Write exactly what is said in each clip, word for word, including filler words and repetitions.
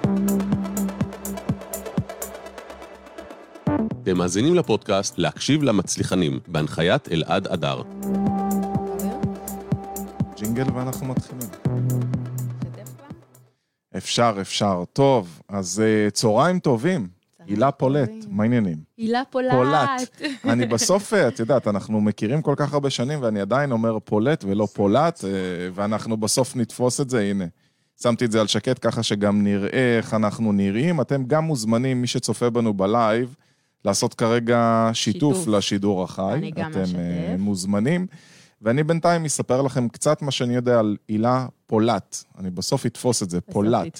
אתם מאזינים לפודקאסט להקשיב למצליחנים, בהנחיית אלעד אדר. ג'ינגל ואנחנו מתחילים. אפשר, אפשר. טוב, אז צהריים טובים. הילה פולט, מה העניינים? הילה פולט. פולט. אני בסוף, את יודעת, אנחנו מכירים כל כך הרבה שנים, ואני עדיין אומר פולט ולא פולט, ואנחנו בסוף נתפוס את זה, הנה. שמתי את זה על שקט ככה שגם נראה איך אנחנו נראים. אתם גם מוזמנים, מי שצופה בנו בלייב, לעשות כרגע שיתוף, שיתוף. לשידור החי. אני גם אתם משתף. מוזמנים. ואני בינתיים אספר לכם קצת מה שאני יודע על הילה פולט. אני בסוף אתפוס את זה, פולט.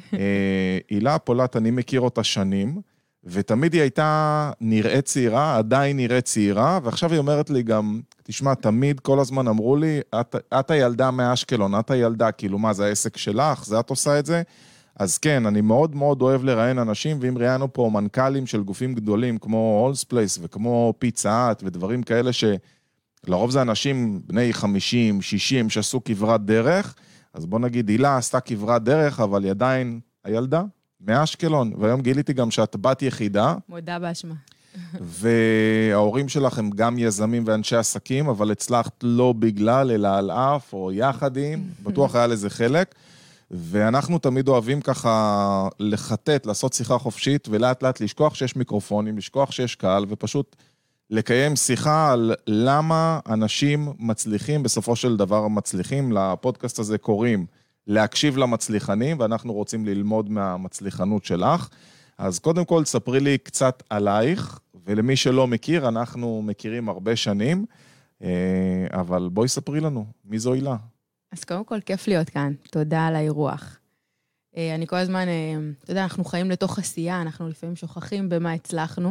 הילה פולט, אני מכיר אותה שנים, ותמיד היא הייתה נראית צעירה, עדיין נראית צעירה, ועכשיו היא אומרת לי גם, תשמע, תמיד כל הזמן אמרו לי, את, את הילדה מאשקלון, את הילדה, כאילו מה, זה העסק שלך, זה את עושה את זה? אז כן, אני מאוד מאוד אוהב לראיין אנשים, ואם ראיינו פה מנכ"לים של גופים גדולים, כמו הולס פלייס, וכמו פיצה האט, ודברים כאלה ש... לרוב זה אנשים בני חמישים, שישים, שעשו כברת דרך, אז בוא נגיד, הילה עשתה כברת דרך, אבל היא עדיין הילדה מאשקלון, והיום גיליתי גם שאת בת יחידה. מודה באשמה. וההורים שלך הם גם יזמים ואנשי עסקים, אבל הצלחת לא בגלל, אלא על אף, או יחד עם, בטוח היה לזה חלק, ואנחנו תמיד אוהבים ככה לחטט, לעשות שיחה חופשית, ולאט לאט לשכוח שיש מיקרופונים, לשכוח שיש קהל, ופשוט לקיים שיחה על למה אנשים מצליחים, בסופו של דבר מצליחים, לפודקאסט הזה קוראים להקשיב למצליחנים, ואנחנו רוצים ללמוד מהמצליחנות שלך. אז קודם כל, ספרי לי קצת עלייך, ולמי שלא מכיר, אנחנו מכירים הרבה שנים, אבל בואי ספרי לנו, מי זו הילה? אז קודם כל, כיף להיות כאן. תודה על האירוח. אני כל הזמן, אתה יודע, אנחנו חיים לתוך עשייה, אנחנו לפעמים שוכחים במה הצלחנו,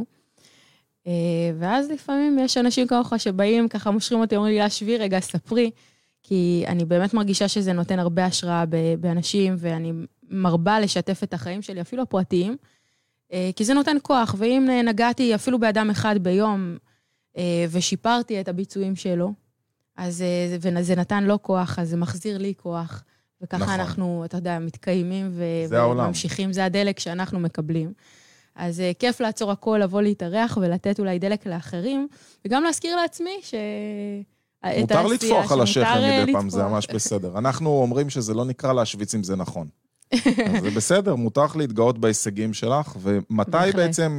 ואז לפעמים יש אנשים כמוך שבאים, ככה מושכים אותי, אומרים לי, לה שבי רגע, ספרי, כי אני באמת מרגישה שזה נותן הרבה השראה באנשים, ואני מרבה לשתף את החיים שלי, אפילו הפרטיים, כי זה נותן כוח, ואם נגעתי אפילו באדם אחד ביום, ושיפרתי את הביצועים שלו, אז וזה נתן לו כוח, אז זה מחזיר לי כוח, וככה נכון. אנחנו, אתה יודע, מתקיימים ו- וממשיכים, זה הדלק שאנחנו מקבלים. אז כיף לעצור הכל, לבוא להתארח ולתת אולי דלק לאחרים, וגם להזכיר לעצמי ש... מותר לטפוח על השכם מדי פעם, זה ממש בסדר. אנחנו אומרים שזה לא נקרא להשוויץ אם זה נכון. אז זה בסדר, מותר להתגאות בהישגים שלך, ומתי בעצם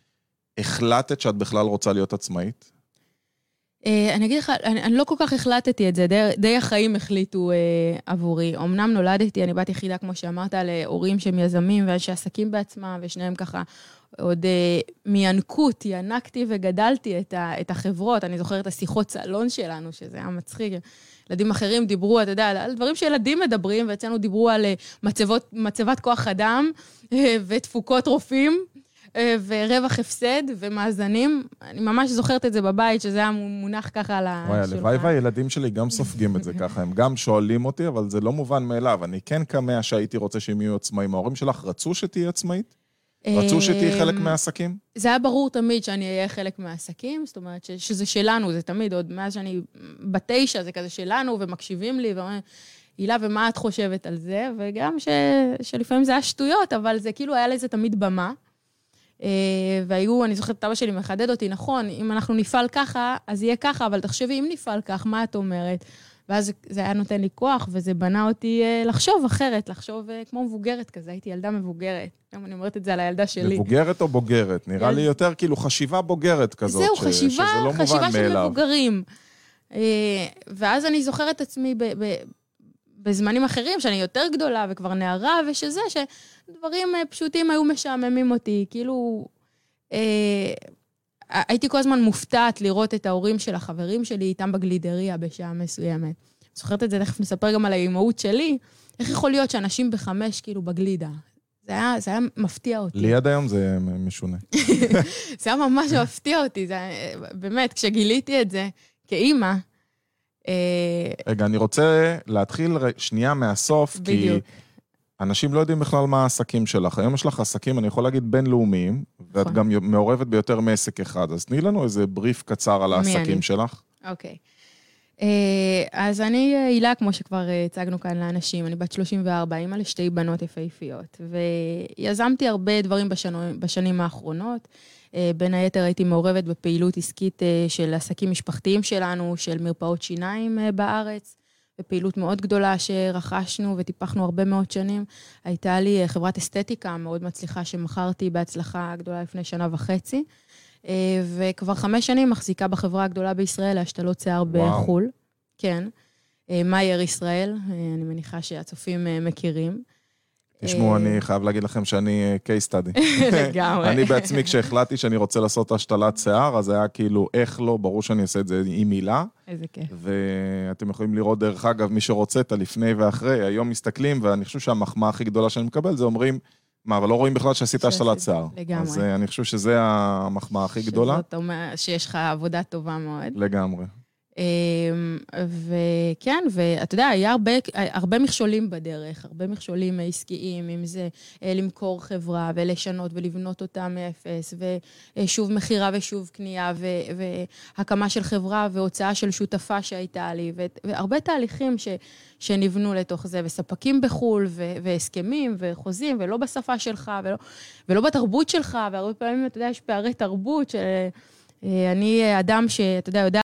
החלטת שאת בכלל רוצה להיות עצמאית? אני אגיד לך, אני, אני לא כל כך החלטתי את זה, די, די החיים החליטו אה, עבורי. אמנם נולדתי, אני בת יחידה, כמו שאמרת, להורים שהם יזמים ואנשי עסקים בעצמם, ושניהם ככה עוד אה, מינקות, ינקתי וגדלתי את, ה, את החברות. אני זוכרת את השיחות סלון שלנו, שזה היה מצחיק. ילדים אחרים דיברו, אתה יודע, על דברים שילדים מדברים, ואצלנו דיברו על מצבות, מצבת כוח אדם אה, ותפוקות רופאים. ורווח הפסד ומאזנים, אני ממש זוכרת את זה בבית, שזה היה מונח ככה על השולחן. וואי, הלוואי והילדים שלי גם סופגים את זה ככה, הם גם שואלים אותי, אבל זה לא מובן מאליו, אני כן כמה שהייתי רוצה שהם יהיו עצמאים, ההורים שלך רצו שתהיה עצמאית? רצו שתהיה חלק מהעסקים? זה היה ברור תמיד שאני אהיה חלק מהעסקים, זאת אומרת שזה שלנו, זה תמיד, עוד מאז שאני בתשע, זה כזה שלנו, ומקשיבים לי, ואומרים, הילה, ומה את חושבת על זה? וגם שלפעמים זה היה שטויות, אבל זה כאילו היה לזה תמיד במה. והיו, אני זוכרת, אבא שלי מחדד אותי, נכון, אם אנחנו נפעל ככה, אז יהיה ככה, אבל תחשבי, אם נפעל כך, מה את אומרת? ואז זה היה נותן לי כוח, וזה בנה אותי לחשוב אחרת, לחשוב כמו מבוגרת כזה, הייתי ילדה מבוגרת. גם אני אומרת את זה על הילדה שלי. מבוגרת או בוגרת? נראה לי יותר כאילו חשיבה בוגרת כזאת, זהו, חשיבה, חשיבה של מבוגרים. ואז אני זוכרת את עצמי בזמנים אחרים, שאני יותר גדולה וכבר נערה, ושזה, שדברים פשוטים היו משעממים אותי, כאילו, אה, הייתי כל הזמן מופתעת לראות את ההורים של החברים שלי, איתם בגלידריה בשעה מסוימת. זוכרת את זה, תכף נספר גם על האימהות שלי, איך יכול להיות שאנשים בחמש, כאילו, בגלידה? זה היה, זה היה מפתיע אותי. ליד היום זה משונה. זה היה ממש מפתיע אותי, זה היה, באמת, כשגיליתי את זה, כאימא, רגע, אני רוצה להתחיל שנייה מהסוף, כי אנשים לא יודעים בכלל מה העסקים שלך. היום יש לך עסקים, אני יכול להגיד, בינלאומיים, ואת גם מעורבת ביותר מעסק אחד. אז תני לנו איזה בריף קצר על העסקים שלך. אוקיי. אז אני הילה, כמו שכבר הצגנו כאן לאנשים, אני בת שלושים וארבע, אימא לשתי בנות יפהפיות, ויזמתי הרבה דברים בשנים האחרונות. בין היתר הייתי מעורבת בפעילות עסקית של עסקים משפחתיים שלנו, של מרפאות שיניים בארץ, בפעילות מאוד גדולה שרכשנו וטיפחנו הרבה מאוד שנים. הייתה לי חברת אסתטיקה מאוד מצליחה שמכרתי בהצלחה גדולה לפני שנה וחצי, וכבר חמש שנים מחזיקה בחברה הגדולה בישראל, להשתלות שיער בחול. כן. מאייר ישראל, אני מניחה שהצופים מכירים. תשמעו, אני חייב להגיד לכם שאני case study. לגמרי. אני בעצמי, כשהחלטתי שאני רוצה לעשות השתלת שיער, אז היה כאילו, איך לא, ברור שאני אעשה את זה עם מילה. איזה כיף. ואתם יכולים לראות, דרך אגב, מי שרוצה את הלפני ואחרי, היום מסתכלים, ואני חושב שהמחמאה הכי גדולה שאני מקבל, זה אומרים, מה, אבל לא רואים בכלל שעשית השתלת שיער. לגמרי. אז אני חושב שזה המחמאה הכי גדולה. שזאת אומרת שיש לך עבודה טובה מאוד. לגמרי. וכן, ואתה יודע, היה הרבה, הרבה מכשולים בדרך, הרבה מכשולים עסקיים, אם זה למכור חברה ולשנות ולבנות אותה מאפס, ושוב מחירה ושוב קנייה, והקמה של חברה והוצאה של שותפה שהייתה לי, והרבה תהליכים ש, שנבנו לתוך זה, וספקים בחול, והסכמים וחוזים, ולא בשפה שלך, ולא, ולא בתרבות שלך, והרבה פעמים, אתה יודע, יש פערי תרבות של... אני אדם שאתה יודע, יודע